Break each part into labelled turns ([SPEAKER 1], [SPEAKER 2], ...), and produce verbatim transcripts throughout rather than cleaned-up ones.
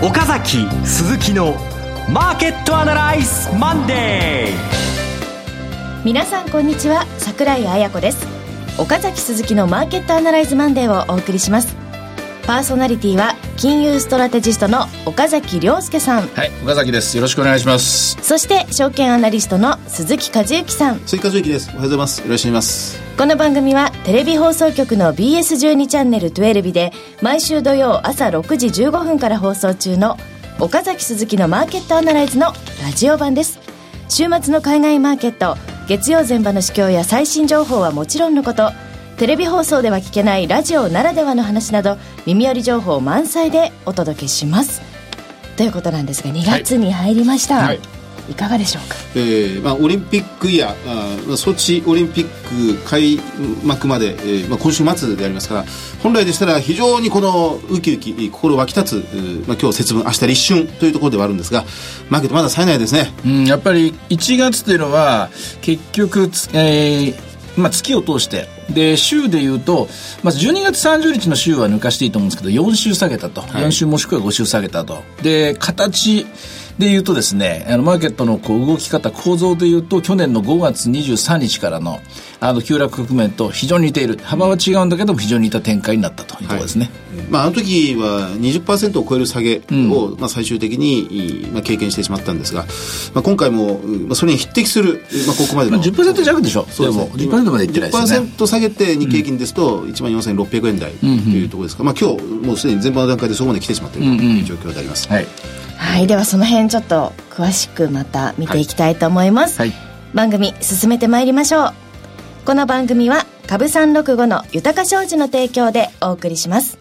[SPEAKER 1] 岡崎鈴木のマーケットアナライズマンデー。
[SPEAKER 2] 皆さんこんにちは、桜井彩子です。岡崎鈴木のマーケットアナライズマンデーをお送りします。パーソナリティは金融ストラテジストの岡崎亮介さん。
[SPEAKER 3] はい、岡崎です。よろしくお願いします。
[SPEAKER 2] そして証券アナリストの鈴木和之さん。
[SPEAKER 4] 鈴木和之です。おはようございます。よろしくお願いします。
[SPEAKER 2] この番組はテレビ放送局の ビーエスじゅうに チャンネルじゅうにで毎週土曜朝ろくじじゅうごふんから放送中の岡崎鈴木のマーケットアナライズのラジオ版です。週末の海外マーケット、月曜前場の市況や最新情報はもちろんのこと、テレビ放送では聞けないラジオならではの話など耳寄り情報満載でお届けしますということなんですが、にがつに入りました、はいはい、いかがでしょうか。
[SPEAKER 4] えーまあ、オリンピックイヤー、ソチオリンピック開幕まで、えーまあ、今週末でありますから、本来でしたら非常にこのウキウキ心湧き立つ、まあ、今日節分明日立春というところではあるんですが、マーケットまだ冴えないですね。
[SPEAKER 3] うん、やっぱりいちがつというのは結局、えーまあ、月を通してで週でいうと、まずじゅうにがつさんじゅうにちの週は抜かしていいと思うんですけど、よん週下げたと、はい、よん週もしくはご週下げたと。で形でいうとですね、あのマーケットのこう動き方構造でいうと、去年のごがつにじゅうさんにちからのあの急落局面と非常に似ている、幅は違うんだけども非常に似た展開になったというところですね。
[SPEAKER 4] はい、まあ、あの時は にじゅっパーセント を超える下げを、うんまあ、最終的に、まあ、経験してしまったんですが、まあ、今回も、まあ、それに匹敵する、まあ、ここまでの、
[SPEAKER 3] まあ、じゅっパーセント 弱でしょ。そうですね、でも じゅっパーセント までいってないですね。
[SPEAKER 4] じゅっパーセント 下げて日経平均ですと いちまんよんせんろっぴゃくえん台というところですから、まあ、今日もうすでに前場の段階でそこまで来てしまっているという状況であります。
[SPEAKER 3] うんうん、はい
[SPEAKER 2] はい、ではその辺ちょっと詳しくまた見ていきたいと思います。はいはい、番組進めてまいりましょう。この番組は株さんろくごの豊か商事の提供でお送りします。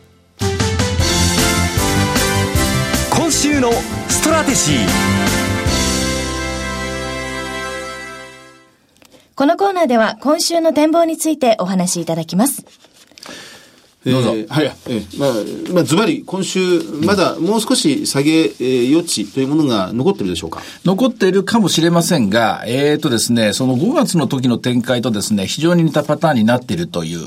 [SPEAKER 1] 今週のストラテジー。
[SPEAKER 2] このコーナーでは今週の展望についてお話しいただきます。
[SPEAKER 4] どうぞ。えー、はい、えー、まあ、まあ、ズバリ、今週、まだもう少し下げ、えー、余地というものが残ってるでしょうか。
[SPEAKER 3] 残っているかもしれませんが、えーとですね、そのごがつの時の展開とですね、非常に似たパターンになっているという、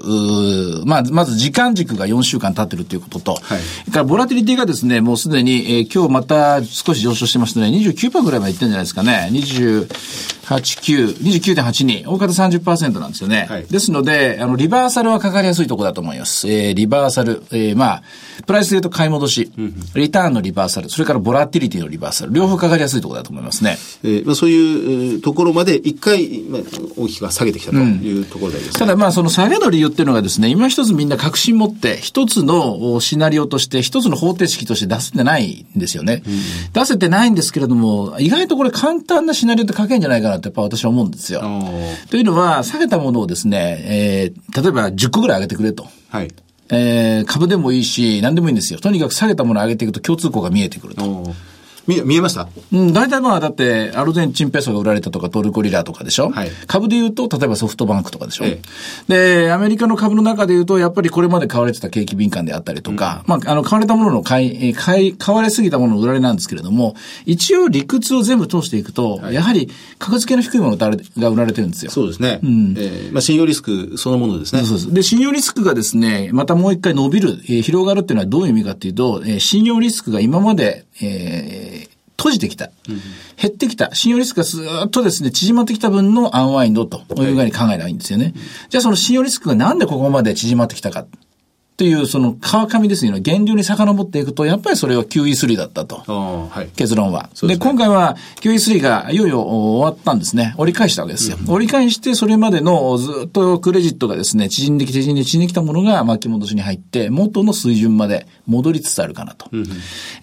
[SPEAKER 3] うまあ、まず時間軸がよんしゅうかん経っているということと、はい、それからボラティリティがですね、もうすでに、えー、今日また少し上昇してますので、にじゅうきゅうパーセント ぐらいまでいってるんじゃないですかね。にじゅうはち、きゅう、にじゅうきゅうてんはちに、大方 さんじゅっパーセント なんですよね。はい、ですので、あの、リバーサルはかかりやすいところだと思います。えー、リバーサル、えー、まあ、プライスで言うと買い戻し、うんうん、リターンのリバーサル、それからボラティリティのリバーサル、両方かかりやすいところだと思いますね。
[SPEAKER 4] えー、まあ、そういうところまで一回、まあ、大きく下げてきたというところであります、ね。うん、た
[SPEAKER 3] だまあ、その下げの理由っていうのがですね、今一つみんな確信持って、一つのシナリオとして、一つの方程式として出せてないんですよね。うん、出せてないんですけれども、意外とこれ簡単なシナリオって書けるんじゃないかなってやっぱ私は思うんですよ。というのは、下げたものをですね、えー、例えばじゅっこぐらい上げてくれと。はい。えー、株でもいいし、何でもいいんですよ。とにかく下げたものを上げていくと共通項が見えてくると。
[SPEAKER 4] 見, 見えました？
[SPEAKER 3] うん、大体まあ、だって、アルゼンチンペソが売られたとか、トルコリラとかでしょ？はい。株で言うと、例えばソフトバンクとかでしょ？ええ、で、アメリカの株の中で言うと、やっぱりこれまで買われてた景気敏感であったりとか、うん、まあ、あの、買われたものの買い、買い、買われすぎたものの売られなんですけれども、一応理屈を全部通していくと、はい、やはり、格付けの低いものが売られてるんですよ。
[SPEAKER 4] そうですね。うん。えー、まあ、信用リスクそのものですね。
[SPEAKER 3] そうです。で、信用リスクがですね、またもう一回伸びる、えー、広がるっていうのはどういう意味かっていうと、えー、信用リスクが今まで、えー、閉じてきた、うん、減ってきた、信用リスクがずーっとですね、縮まってきた分のアンワインドというふうに考えればいいんですよね。はい、じゃあその信用リスクがなんでここまで縮まってきたかという、その川上ですよね、源流に遡っていくと、やっぱりそれは キューイースリー だったと。はい、結論は。で、ね、で、今回は キューイースリー がいよいよ終わったんですね。折り返したわけですよ。うん、折り返して、それまでのずっとクレジットがですね、縮んできて、縮んできて、縮んできたものが巻き戻しに入って、元の水準まで戻りつつあるかなと。うん、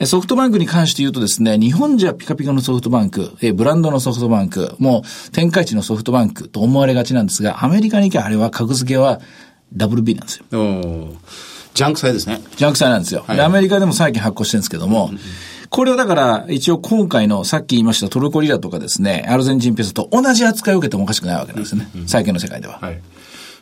[SPEAKER 3] ソフトバンクに関して言うとですね、日本じゃピカピカのソフトバンク、ブランドのソフトバンク、もう天下一のソフトバンクと思われがちなんですが、アメリカに行けばあれは格付けは ダブルビー なんですよ。おー、
[SPEAKER 4] ジャンク債ですね。
[SPEAKER 3] ジャンク債なんですよ。はい、でアメリカでも最近発行してるんですけども、うんうん、これはだから一応今回のさっき言いましたトルコリラとかですね、アルゼンチンペソと同じ扱いを受けてもおかしくないわけなんですよね。うんうん、債券の世界では。はい、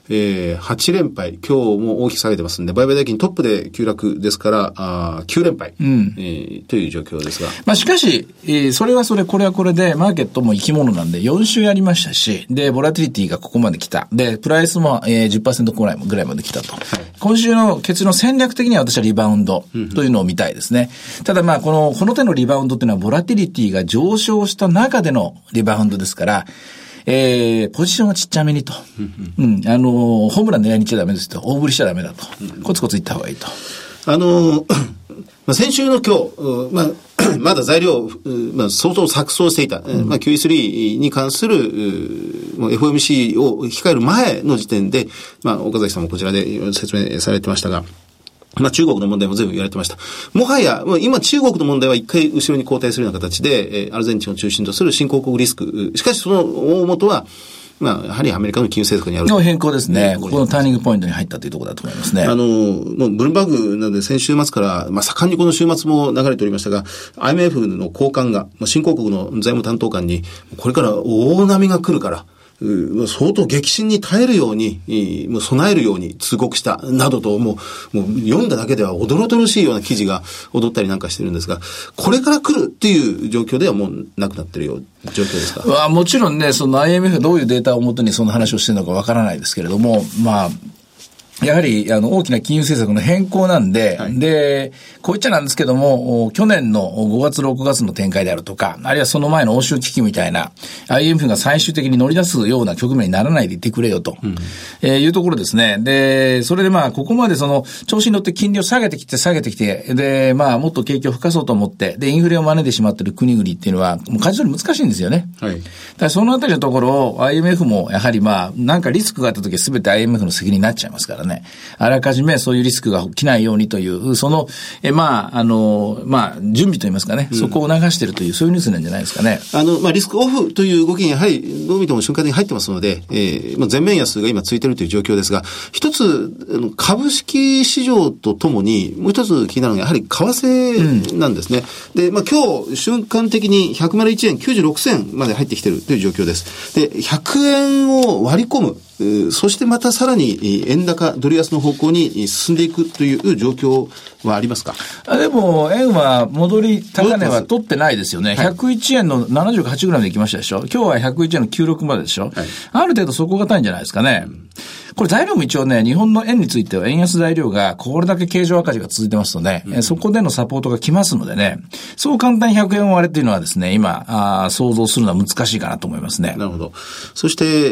[SPEAKER 4] えー、はち連敗、今日も大きく下げてますんで、売買代金トップで急落ですから、あきゅう連敗、うんえー、という状況ですが。
[SPEAKER 3] まあしかし、えー、それはそれ、これはこれで、マーケットも生き物なんで、よん週やりましたし、で、ボラティリティがここまで来た。で、プライスも、えー、じゅっパーセント ぐらいぐらいまで来たと。はい、今週の結論戦略的には私はリバウンドというのを見たいですね。うん、ただまあ、この、この手のリバウンドっていうのは、ボラティリティが上昇した中でのリバウンドですから、えー、ポジションはちっちゃめにと。うん、あのー、ホームラン狙いに行っちゃダメですと。大振りしちゃダメだと。コツコツいった方がいいと。
[SPEAKER 4] あのー、まあ、先週の今日、まあ、まだ材料、まあ、相当錯綜していた、うんまあ、キューイースリー に関する エフオーエムシー を控える前の時点で、まあ、岡崎さんもこちらで説明されてましたが、まあ中国の問題も全部言われてました。もはや、今中国の問題は一回後ろに後退するような形で、アルゼンチンを中心とする新興国リスク。しかしその大元は、まあ、やはりアメリカの金融政策にある。
[SPEAKER 3] の変更ですね。ここのターニングポイントに入ったというところだと思いますね。
[SPEAKER 4] あの、もうブルームバーグなので先週末から、まあ盛んにこの週末も流れておりましたが、アイエムエフ の高官が、まあ、新興国の財務担当官に、これから大波が来るから、相当激震に耐えるように、もう備えるように通告した、などと、もう、もう読んだだけではおどろおどろしいような記事が踊ったりなんかしてるんですが、これから来るっていう状況ではもうなくなってるような状況ですか？
[SPEAKER 3] まあ、もちろんね、その アイエムエフ がどういうデータをもとにその話をしてるのかわからないですけれども、まあ、やはり、あの、大きな金融政策の変更なんで、はい、で、こう言っちゃなんですけども、去年のごがつ、ろくがつの展開であるとか、あるいはその前の欧州危機みたいな、アイエムエフ が最終的に乗り出すような局面にならないでいてくれよと、うんえー、いうところですね。で、それでまあ、ここまでその、調子に乗って金利を下げてきて、下げてきて、で、まあ、もっと景気を吹かそうと思って、で、インフレを真似てしまっている国々っていうのは、もう舵取り難しいんですよね。はい。だからそのあたりのところを アイエムエフ もやはりまあ、なんかリスクがあったときは全て アイエムエフ の責任になっちゃいますからね。あらかじめそういうリスクが起きないようにという、その、え、まあ、あの、まあ、準備といいますかね、うん、そこを促しているという、そういうニュースなんじゃないですかね。
[SPEAKER 4] あの、まあ、リスクオフという動きにやはり、どう見ても瞬間的に入ってますので、えー、まあ、全面安が今ついているという状況ですが、一つ、株式市場とともに、もう一つ気になるのが、やはり為替なんですね。うん、で、まあ、今日、瞬間的にひゃくいちえんきゅうじゅうろくせんまで入ってきているという状況です。で、ひゃくえんを割り込む。そしてまたさらに円高ドル安の方向に進んでいくという状況はありますか？
[SPEAKER 3] あでも円は戻り高値は取ってないですよね。ひゃくいちえんのななじゅうはちぐらいまで行きましたでしょ。今日はひゃくいちえんのきゅうじゅうろくまででしょ。はい、ある程度底堅いんじゃないですかね。うん、これ材料も一応ね、日本の円については円安材料がこれだけ経常赤字が続いてますので、うん、そこでのサポートが来ますのでね、そう簡単にひゃくえん割れっていうのはですね、今あ想像するのは難しいかなと思いますね。
[SPEAKER 4] なるほど。そして、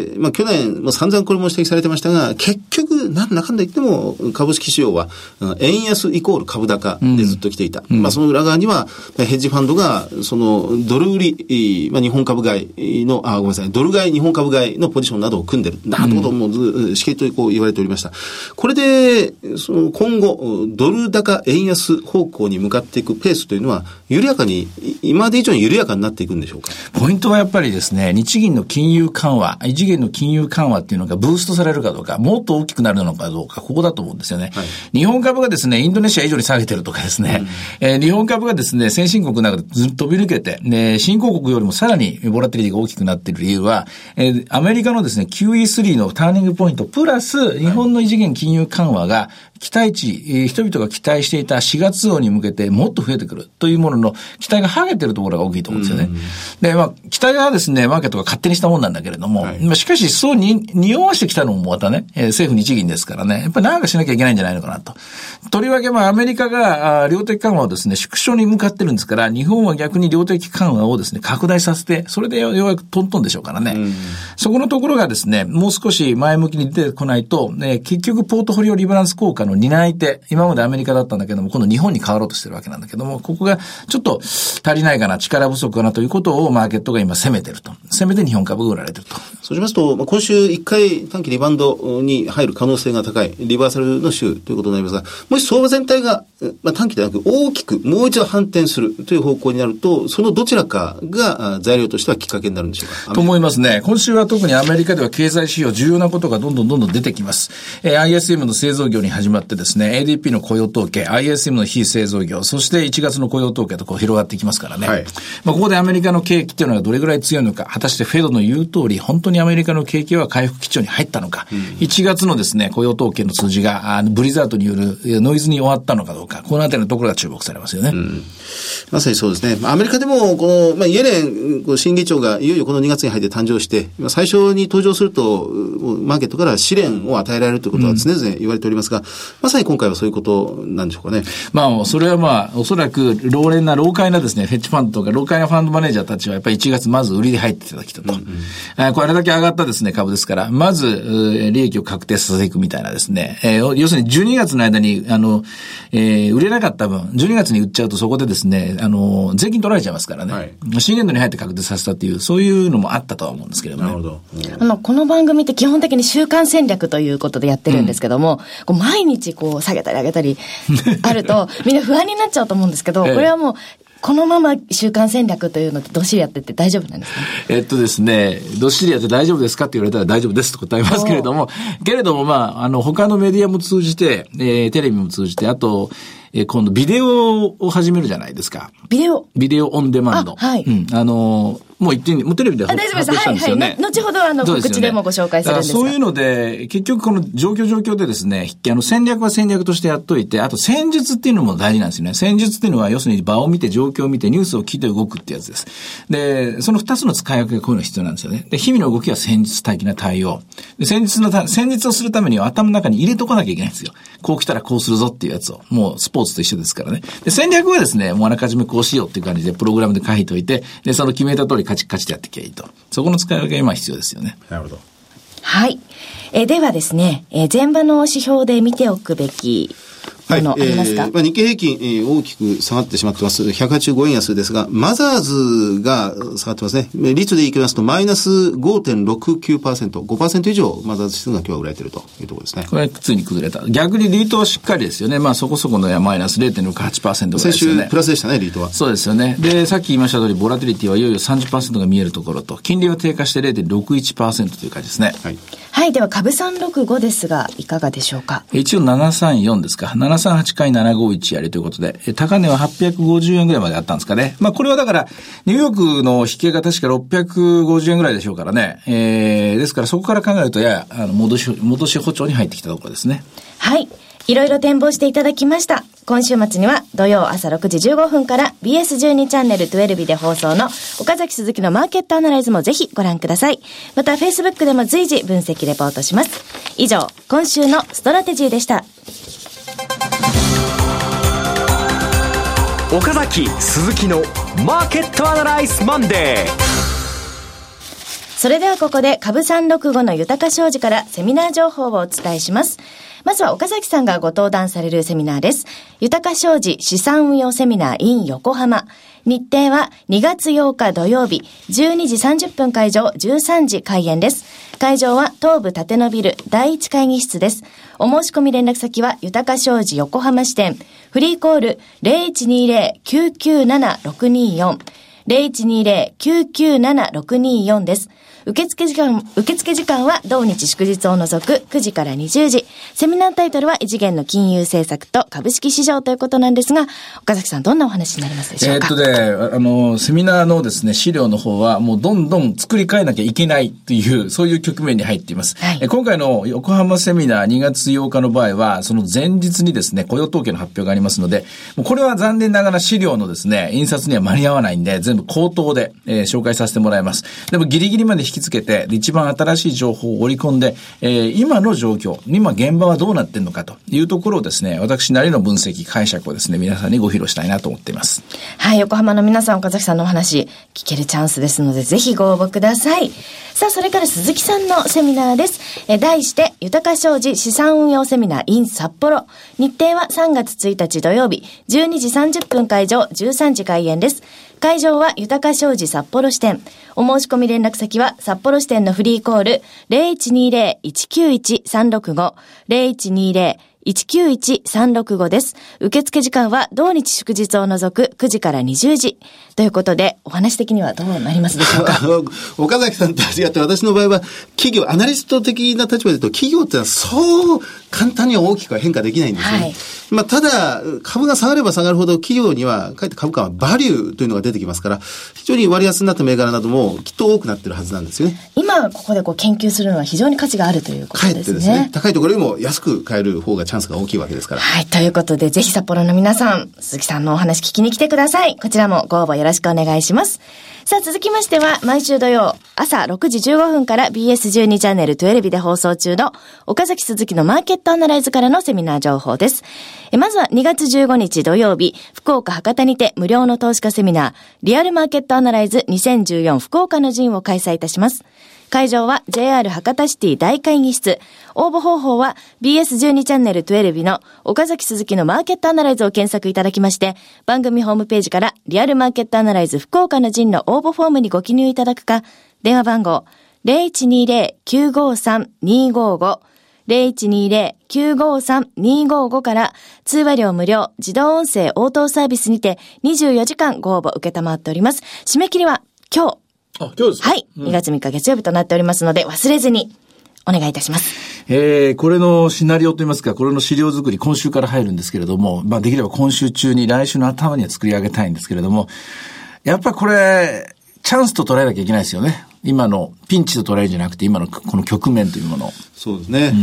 [SPEAKER 4] まあ去年、まあ、散々これも指摘されてましたが、結局なんだかんだ言っても株式市場は円安イコール株高でずっと来ていた。うん、まあその裏側にはヘッジファンドがそのドル売り、まあ日本株買いのあごめんなさいドル買い日本株買いのポジションなどを組んでる。なんてこともずしきりとこう言われておりました。これでその今後ドル高円安方向に向かっていくペースというのは緩やかに今まで以上に緩やかになっていくんでしょうか？
[SPEAKER 3] ポイントはやっぱりですね、日銀の金融緩和、異次元の金融緩和っていうのがブーストされるかどうか、もっと大きくなるのかどうか、ここだと思うんですよね。はい、日本株がですね、インドネシア以上に下げてるとかですね、うんえー、日本株がですね、先進国の中でずっと飛び抜けて、ね、新興国よりもさらにボラティリティが大きくなっている理由は、えー、アメリカのですね、キューイースリー のターニングポイント、プラス日本の異次元金融緩和が、期待値、えー、人々が期待していたしがつごに向けてもっと増えてくるというものの期待が剥げてるところが大きいと思うんですよね。で、まあ、期待がですね、マーケットが勝手にしたもんなんだけれども、はい、まあ、しかしそうに匂わしてきたのもまたね、えー、政府日銀ですからね、やっぱり何かしなきゃいけないんじゃないのかなと。とりわけまあアメリカが量的緩和をですね、縮小に向かってるんですから、日本は逆に量的緩和をですね、拡大させて、それでようやくトントンでしょうからね。そこのところがですね、もう少し前向きに出てこないと、ね、結局ポートフォリオリバランス効果の担い手、今までアメリカだったんだけども、今度日本に変わろうとしてるわけなんだけども、ここがちょっと足りないかな、力不足かなということをマーケットが今攻めてると。攻めて日本株が売られてると。
[SPEAKER 4] そうしますと、今週いっかい短期リバウンドに入る可能性が高い、リバーサルの週ということになりますが、もし相場全体が、まあ、短期ではなく大きくもう一度反転するという方向になると、そのどちらかが材料としてはきっかけになるんでしょうか？
[SPEAKER 3] と思いますね。今週は特にアメリカでは経済指標重要なことがどんどんどんどん出てきます。えー、アイエスエム の製造業に始ままってですね、エーディーピー の雇用統計、アイエスエム の非製造業、そしていちがつの雇用統計とこう広がっていきますからね。はい、まあ、ここでアメリカの景気っていうのがどれぐらい強いのか、果たしてフェドの言う通り、本当にアメリカの景気は回復基調に入ったのか、うん、いちがつのですね、雇用統計の数字が、あのブリザードによるノイズに終わったのかどうか、このあたりのところが注目されますよね。うん、
[SPEAKER 4] まさにそうですね。アメリカでも、この、まあ、イエレン新議長がいよいよこのにがつに入って誕生して、最初に登場すると、マーケットから試練を与えられるということは常々言われておりますが、うん、まさに今回はそういうことなんでしょうかね。
[SPEAKER 3] まあ、それはまあ、おそらく、老練な、老快なですね、フェッジファンドとか、老快なファンドマネージャーたちは、やっぱりいちがつまず売りで入っていただきたと。うんうん、あこれだけ上がったですね、株ですから、まず、利益を確定させていくみたいなですね、えー、要するにじゅうにがつの間に、あの、えー、売れなかった分、じゅうにがつに売っちゃうとそこでですね、あの、税金取られちゃいますからね。はい、新年度に入って確定させたっていう、そういうのもあったとは思うんですけれども、ね。なるほど。
[SPEAKER 2] あの、この番組って基本的に週間戦略ということでやってるんですけども、うん、こう毎日こう下げたり上げたりあると、みんな不安になっちゃうと思うんですけど、これはもう、このまま週間戦略というのってどっしりやってて大丈夫なんですか？
[SPEAKER 3] えっとですね、どっしりやって大丈夫ですかって言われたら大丈夫ですと答えますけれども、けれどもまあ、あの、他のメディアも通じて、えー、テレビも通じて、あと、えー、今度ビデオを始めるじゃないですか。
[SPEAKER 2] ビデオ
[SPEAKER 3] ビデオオンデマンド。
[SPEAKER 2] はい。
[SPEAKER 3] うん。あのー、もう言ってん、もうテレビで発表したんですよね。
[SPEAKER 2] はいはい。後ほどあの、告知でもご紹介するんですが。
[SPEAKER 3] そういうので、結局この状況状況でですね、あの戦略は戦略としてやっといて、あと戦術っていうのも大事なんですよね。戦術っていうのは要するに場を見て、状況を見て、ニュースを聞いて動くってやつです。で、その二つの使い分けがこういうのが必要なんですよね。で、日々の動きは戦術的な対応。で、戦術のた、戦術をするためには頭の中に入れとかなきゃいけないんですよ。こう来たらこうするぞっていうやつを。もうスポーツと一緒ですからね。で、戦略はですね、もうあらかじめこうしようっていう感じで、プログラムで書いておいて、で、その決めた通りカチッカチッとやっていけばいいと。そこの使い分けが今必要ですよね。
[SPEAKER 4] なるほど。
[SPEAKER 2] はい。えではですね、え前場の指標で見ておくべきものありますか？
[SPEAKER 4] はい、えーまあ、日経平均、えー、大きく下がってしまってます。ひゃくはちじゅうごえん安ですが、マザーズが下がってますね。率でいきますと、マイナス ごてんろくきゅうパーセント、ごパーセント以上マザーズ指数が今日は売られているというところですね。
[SPEAKER 3] これはついに崩れた。逆にリートはしっかりですよね。まあそこそこのマイナス れいてんろくはちパーセント ぐらいですよね。
[SPEAKER 4] 先週プラスでしたね、リートは。
[SPEAKER 3] そうですよね。で、さっき言いました通り、ボラティリティはいよいよ さんじゅっパーセント が見えるところと、金利は低下して れいてんろくいちパーセント という感じですね。
[SPEAKER 2] はい。はい、では株さんろくごですが、いかがでしょうか？
[SPEAKER 3] 一応ななさんよんですか。ななさんはちかいななごいちやりということで、高値ははっぴゃくごじゅうえんぐらいまであったんですかね。まあこれはだから、ニューヨークの引けが確かろっぴゃくごじゅうえんぐらいでしょうからね。えー、ですからそこから考えると、やや、あの、戻し、戻し歩調に入ってきたところですね。
[SPEAKER 2] はい。いろいろ展望していただきました。今週末には土曜朝ろくじじゅうごふんから ビーエスじゅうに チャンネルじゅうにで放送の岡崎鈴木のマーケットアナライズもぜひご覧ください。また Facebook でも随時分析レポートします。以上、今週のストラテジーでした。
[SPEAKER 1] 岡崎鈴木のマーケットアナライズマンデー。
[SPEAKER 2] それではここで株さんろくごの豊か商事からセミナー情報をお伝えします。まずは岡崎さんがご登壇されるセミナーです。豊か商事資産運用セミナー in 横浜。日程はにがつようか土曜日、じゅうにじさんじゅっぷん会場、じゅうさんじ開演です。会場は東武立野ビルだいいち会議室です。お申し込み連絡先は豊か商事横浜支店。フリーコール ゼロいちにゼロ きゅうきゅうななろくによん ゼロいちにゼロ きゅうきゅうななろくによん です。受付時間、受付時間は同日祝日を除くくじからにじゅうじ。セミナータイトルは異次元の金融政策と株式市場ということなんですが、岡崎さんどんなお話になりますでしょうか？
[SPEAKER 3] えー、っとね、あの、セミナーのですね、資料の方はもうどんどん作り変えなきゃいけないという、そういう局面に入っています。はい、え今回の横浜セミナーにがつようかの場合は、その前日にですね、雇用統計の発表がありますので、もうこれは残念ながら資料のですね、印刷には間に合わないんで、全部口頭で、えー、紹介させてもらいます。でもギリギリまで引きつけて、一番新しい情報を織り込んで、えー、今の状況、今現場はどうなってんのかというところをですね、私なりの分析、解釈をですね、皆さんにご披露したいなと思っています。
[SPEAKER 2] はい、横浜の皆さん、岡崎さんのお話、聞けるチャンスですので、ぜひご応募ください。さあ、それから鈴木さんのセミナーです。え題して、豊か商事資産運用セミナー in 札幌。日程はさんがつついたち土曜日、じゅうにじさんじゅっぷん会場、じゅうさんじ開演です。会場は豊か商事札幌支店。お申し込み連絡先は札幌支店のフリーコール ゼロいちにゼロ いちきゅういち さんろくご ゼロいちにゼロいちきゅういち さんろくご です。受付時間は同日祝日を除くくじからにじゅうじということで、お話的にはどうなりますでしょうか。
[SPEAKER 4] 岡崎さんと違って私の場合は企業アナリスト的な立場で言うと、企業ってのはそう簡単には大きくは変化できないんですね。はい、まあ、ただ株が下がれば下がるほど企業にはかえって株価はバリューというのが出てきますから、非常に割安になった銘柄などもきっと多くなってるはずなんですよね。
[SPEAKER 2] 今ここでこう研究するのは非常に価値があるということですね。かえってですね、
[SPEAKER 4] 高いところよりも安く買える方がチャンスが大きいわけですから。
[SPEAKER 2] はい、ということでぜひ札幌の皆さん、鈴木さんのお話聞きに来てください。こちらもご応募よろしくお願いします。さあ続きましては、毎週土曜朝ろくじじゅうごふんから ビーエスじゅうに チャンネルじゅうにで放送中の岡崎鈴木のマーケットアナライズからのセミナー情報です。えまずはにがつじゅうごにち土曜日、福岡博多にて無料の投資家セミナーリアルマーケットアナライズにせんじゅうよん福岡の陣を開催いたします。会場は ジェイアール 博多シティ大会議室。応募方法は ビーエスじゅうに チャンネルじゅうにの岡崎鈴木のマーケットアナライズを検索いただきまして、番組ホームページからリアルマーケットアナライズ福岡の陣の応募フォームにご記入いただくか、電話番号 ゼロいちにゼロ きゅうごさん にごご ゼロいちにゼロ きゅうごさん にごご から通話料無料自動音声応答サービスにてにじゅうよじかんご応募受けたまっております。締め切りは今日。
[SPEAKER 3] あ、今日ですか？
[SPEAKER 2] はい、うん。にがつみっか月曜日となっておりますので、忘れずにお願いいたします。
[SPEAKER 3] えー、これのシナリオといいますか、これの資料作り、今週から入るんですけれども、まあできれば今週中に来週の頭には作り上げたいんですけれども、やっぱりこれ、チャンスと捉えなきゃいけないですよね。今のピンチと捉えるんじゃなくて、今のこの局面というものを。
[SPEAKER 4] そうですね。うん、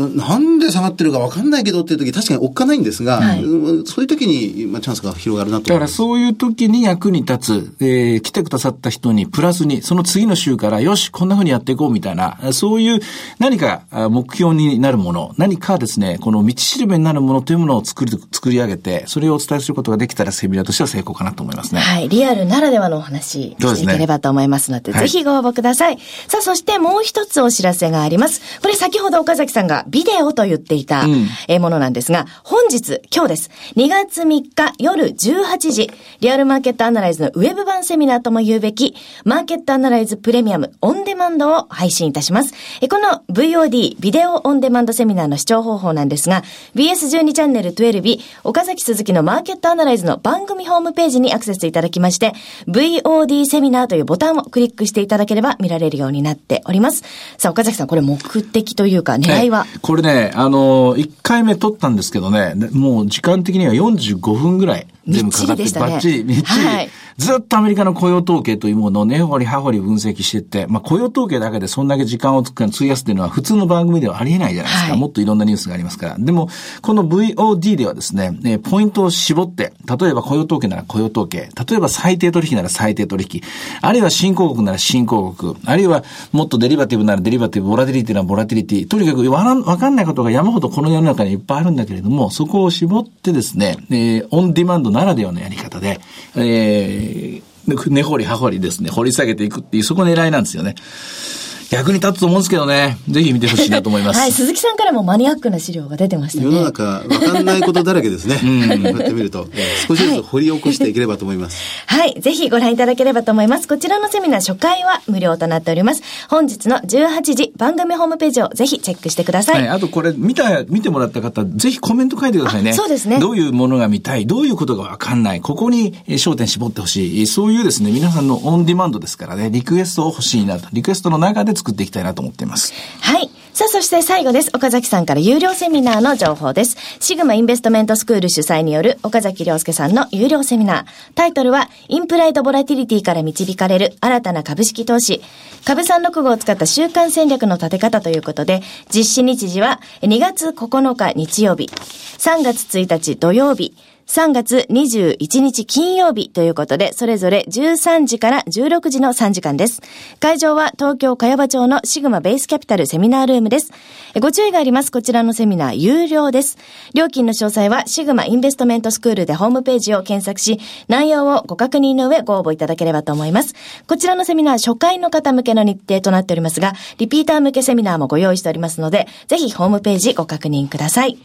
[SPEAKER 4] な, なんで下がってるか分かんないけどっていう時、確かにおっかないんですが、はい、そういう時に、まあ、チャンスが広がるなと思います。
[SPEAKER 3] だからそういう時に役に立つ、えー、来てくださった人にプラスに、その次の週からよし、こんな風にやっていこうみたいな、そういう何か目標になるもの、何かですね、この道しるべになるものというものを作り、作り上げて、それをお伝えすることができたらセミナーとしては成功かなと思いますね。
[SPEAKER 2] はい。リアルならではのお話していければと思いますので、でね、ぜひご応募ください。はい、さあ、そしてもう一つお知らせがあります。これ先ほど岡崎さんがビデオと言っていた、うん、えものなんですが、本日、今日です。にがつみっか夜じゅうはちじ、リアルマーケットアナライズのウェブ版セミナーとも言うべき、マーケットアナライズプレミアムオンデマンドを配信いたします。えこの ブイオーディー、ビデオオンデマンドセミナーの視聴方法なんですが、ビーエスじゅうに チャンネルじゅうに、岡崎鈴木のマーケットアナライズの番組ホームページにアクセスいただきまして、ブイオーディー セミナーというボタンをクリックしていただければ見られるようになっております。さあ、岡崎さん、これ目的というか狙いは、
[SPEAKER 3] ね、これね、あの、いっかいめ撮ったんですけどね、もう時間的にはよんじゅうごふんぐらい全部かかって、
[SPEAKER 2] ね、
[SPEAKER 3] バッチリ、みっちり、はい、ずっとアメリカの雇用統計というものを根掘り葉掘り分析していって、まあ雇用統計だけでそんだけ時間を費やすというのは普通の番組ではありえないじゃないですか。はい、もっといろんなニュースがありますから。でも、この ブイオーディー ではですね、ポイントを絞って、例えば雇用統計なら雇用統計、例えば最低取引なら最低取引、あるいは新興国なら新興国、あるいはもっとデリバティブならデリバティブ、ボラティリティならボラティリティ、とにかくわかんないことが山ほどこの世の中にいっぱいあるんだけれども、そこを絞ってですね、えー、オンディマンドならではのやり方で、えー、根掘り葉掘りですね、掘り下げていくっていう、そこ狙いなんですよね。役に立つと思うんですけどね。ぜひ見てほしいなと思います。
[SPEAKER 2] はい、鈴木さんからもマニアックな資料が出てましたね。
[SPEAKER 4] 世の中、わかんないことだらけですね。うん。こうやってみると、少しずつ掘り起こしていければと思います。
[SPEAKER 2] はい、はい。ぜひご覧いただければと思います。こちらのセミナー初回は無料となっております。本日のじゅうはちじ、番組ホームページをぜひチェックしてください。
[SPEAKER 3] はい。あとこれ、見た、見てもらった方、ぜひコメント書いてくださいね。
[SPEAKER 2] そうですね。
[SPEAKER 3] どういうものが見たい、どういうことがわかんない、ここに焦点絞ってほしい。そういうですね、皆さんのオンディマンドですからね、リクエストを欲しいなと。リクエストの中で作っていきたいなと思っています。
[SPEAKER 2] はい。さあ、そして最後です。岡崎さんから有料セミナーの情報です。シグマインベストメントスクール主催による岡崎亮介さんの有料セミナー。タイトルは、インプライドボラティリティから導かれる新たな株式投資。株さんろくごを使った週間戦略の立て方ということで、実施日時はにがつここのか日曜日、さんがつついたち土曜日、さんがつにじゅういちにち金曜日ということで、それぞれじゅうさんじからじゅうろくじのさんじかんです。会場は東京茅場町のシグマベースキャピタルセミナールームです。ご注意があります。こちらのセミナー有料です。料金の詳細はシグマインベストメントスクールでホームページを検索し、内容をご確認の上ご応募いただければと思います。こちらのセミナー初回の方向けの日程となっておりますが、リピーター向けセミナーもご用意しておりますので、ぜひホームページご確認ください。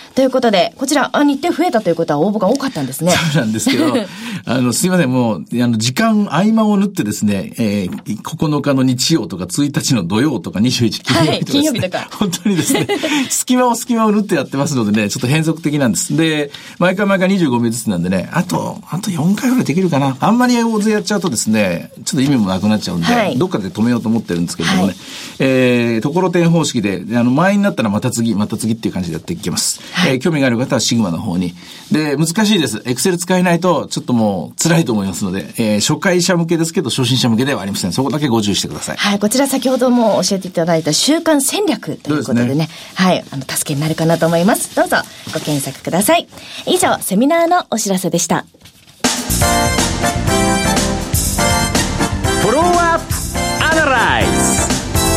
[SPEAKER 2] ということで、こちら、あ、日程増えたということは応募が多かったんですね。
[SPEAKER 3] そうなんですけど、あの、すいません、もう、あの、時間、合間を縫ってですね、えー、ここのかの日曜とかついたちの土曜とかにじゅういち金曜日とか、ね、はい、金曜日とか。本当にですね、隙間を隙間を縫ってやってますのでね、ちょっと変則的なんです。で、毎回毎回にじゅうごめいずつなんでね、あと、あとよんかいぐらいできるかな。あんまり大勢やっちゃうとですね、ちょっと意味もなくなっちゃうんで、はい、どっかで止めようと思ってるんですけれどもね、はい、えー、ところてん方式で、あの、満員になったらまた次、また次っていう感じでやっていきます。はい、えー、興味がある方はシグマの方に。で、難しいです。エクセル使えないと、ちょっともう辛いと思いますので、えー、初回者向けですけど、初心者向けではありません。そこだけご注意してください。
[SPEAKER 2] はい、こちら先ほども教えていただいた週間戦略ということでね、でね、はい、あの、助けになるかなと思います。どうぞ、ご検索ください。以上、セミナーのお知らせでした。
[SPEAKER 1] フォローアップアナライズ。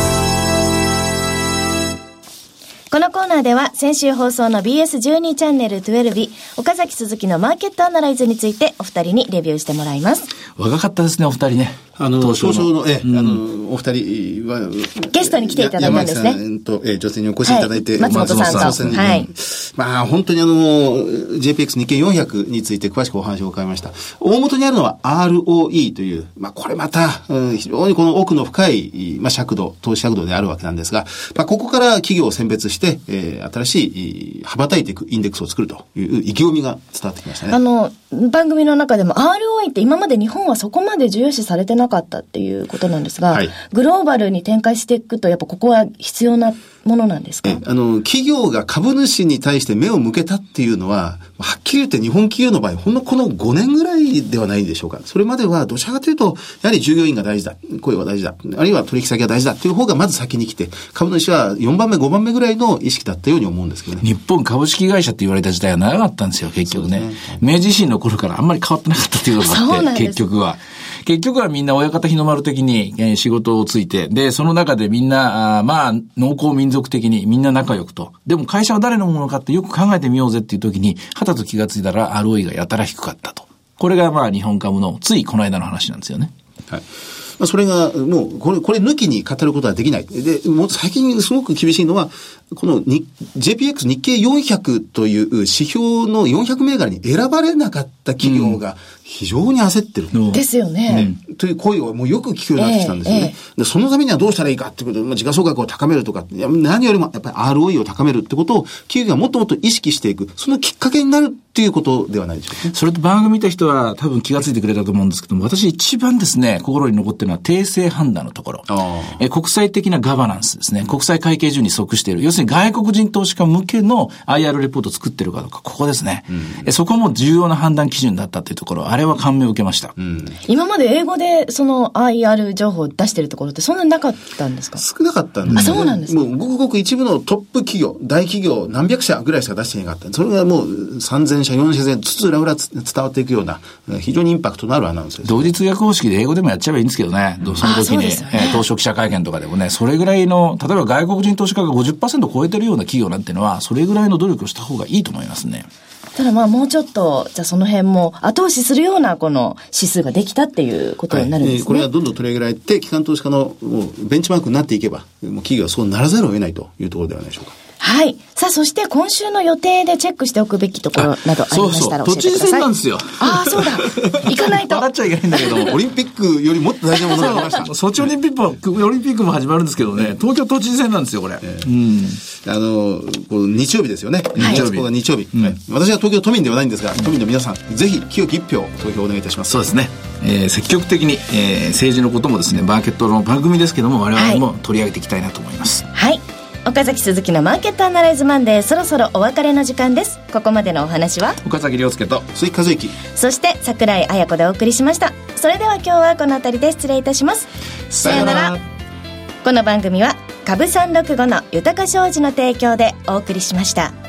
[SPEAKER 2] このコーナーでは先週放送の ビーエスじゅうに チャンネルじゅうに岡崎鈴木のマーケットアナライズについてお二人にレビューしてもらいます。
[SPEAKER 3] 若かったですね、お二人ね。
[SPEAKER 4] あの、東証の、え、うん、あの、お二人は、
[SPEAKER 2] ゲストに来ていただいたんですね。
[SPEAKER 4] 山内さんと、え、女性にお越しいただいて、
[SPEAKER 2] はい、松本さんと。はい。
[SPEAKER 4] まあ、本当にあの、ジェイピーエックス 日経よんひゃくについて詳しくお話を伺いました。大元にあるのは アールオーイー という、まあ、これまた、うん、非常にこの奥の深い、まあ、尺度、投資尺度であるわけなんですが、まあ、ここから企業を選別して、えー、新しい、羽ばたいていくインデックスを作るという意気込みが伝わってきましたね。
[SPEAKER 2] あの、番組の中でも アールオーイー って今まで日本はそこまで重要視されてなかったっていうことなんですが、はい、グローバルに展開していくとやっぱここは必要なものなんですか？
[SPEAKER 4] あの、企業が株主に対して目を向けたっていうのは、はっきり言って日本企業の場合、ほんのこのごねんぐらいではないでしょうか。それまではどちらかというと、やはり従業員が大事だ、雇用が大事だ、あるいは取引先が大事だっていう方がまず先に来て、株主はよんばんめ、ごばんめぐらいの意識だったように思うんですけどね。
[SPEAKER 3] 日本株式会社って言われた時代は長かったんですよ、結局ね。ね、明治維新の頃からあんまり変わってなかったっていうのがあって、結局は。結局はみんな親方日の丸的に、えー、仕事をついて、で、その中でみんな、あまあ、農耕民族的にみんな仲良くと。でも会社は誰のものかってよく考えてみようぜっていう時に、はたと気がついたら アールオーイー がやたら低かったと。これがまあ日本株のついこの間の話なんですよね。
[SPEAKER 4] はい。まあ、それが、もう、これ、これ抜きに語ることはできない。で、もう最近すごく厳しいのは、この ジェイピーエックス 日経よんひゃくという指標のよんひゃく銘柄に選ばれなかった企業が非常に焦ってる。
[SPEAKER 2] うん、ですよね、
[SPEAKER 4] ね。という声をもうよく聞くようになってきたんですよね。えーえー、でそのためにはどうしたらいいかっていうことで、まあ、時価総額を高めるとか、何よりもやっぱり アールオーイー を高めるってことを企業がもっともっと意識していく。そのきっかけになるっていうことではないでしょうか、ね。
[SPEAKER 3] それと番組見た人は多分気がついてくれたと思うんですけども、私一番ですね、心に残ってるのは訂正判断のところ。え国際的なガバナンスですね。国際会計順に即している。要するに外国人投資家向けの アイアール レポートを作ってるかどうか、ここですね。うん、そこも重要な判断基準だったっていうところ、あれは感銘を受けました。うん、
[SPEAKER 2] 今まで英語でその アイアール 情報を出してるところってそんなになかったんですか？
[SPEAKER 4] 少なかったんです、ね。
[SPEAKER 2] あ、そうなんですか。
[SPEAKER 4] もうごくごく一部のトップ企業、大企業、何百社ぐらいしか出していなかった。それがもうさんぜんしゃ、よんせんしゃずつ裏裏伝わっていくような、非常にインパクトのあるアナウンスです、ね。
[SPEAKER 3] 同時通訳方式で英語でもやっちゃえばいいんですけどね。その時に、ねえー、東証記者会見とかでもね、それぐらいの、例えば外国人投資家が ごじゅっパーセント 超えてるような企業なんていうのは、それぐらいの努力をした方がいいと思いますね。
[SPEAKER 2] ただまあもうちょっと、じゃあその辺も後押しするようなこの指数ができたっていうことになるんですね。はい、
[SPEAKER 4] これがどんどん取り上げられて、機関投資家のもうベンチマークになっていけば、もう企業はそうならざるを得ないというところではないでしょうか。
[SPEAKER 2] はい。さあ、そして今週の予定でチェックしておくべきところなどありましたら教えてください。
[SPEAKER 3] そうそう、都知事選なんですよ。
[SPEAKER 2] ああ、そうだ。行かないと。
[SPEAKER 3] 笑っちゃいけないんだけども。
[SPEAKER 4] オリンピックよりもっと大事なものがありました。
[SPEAKER 3] ソチオリンピックも、オリンピックも始まるんですけどね、東京都知事選なんですよ、これ。えー、うん。
[SPEAKER 4] あの、こう日曜日ですよね。
[SPEAKER 2] はい、
[SPEAKER 4] 日曜日。ここが日曜日、うんはい。私は東京都民ではないんですが、都民の皆さん、ぜひ清き一票投票お願いいたします。
[SPEAKER 3] そうですね。えー、積極的に、えー、政治のこともですね、マーケットの番組ですけども、我々も取り上げていきたいなと思います。
[SPEAKER 2] はい。岡崎鈴木のマーケットアナライズマンデー、そろそろお別れの時間です。ここまでのお話は
[SPEAKER 3] 岡崎亮介と
[SPEAKER 4] 鈴木和之、
[SPEAKER 2] そして櫻井彩子でお送りしました。それでは今日はこの辺りで失礼いたします。
[SPEAKER 3] さよなら。
[SPEAKER 2] この番組は株さんろくごの豊か商事の提供でお送りしました。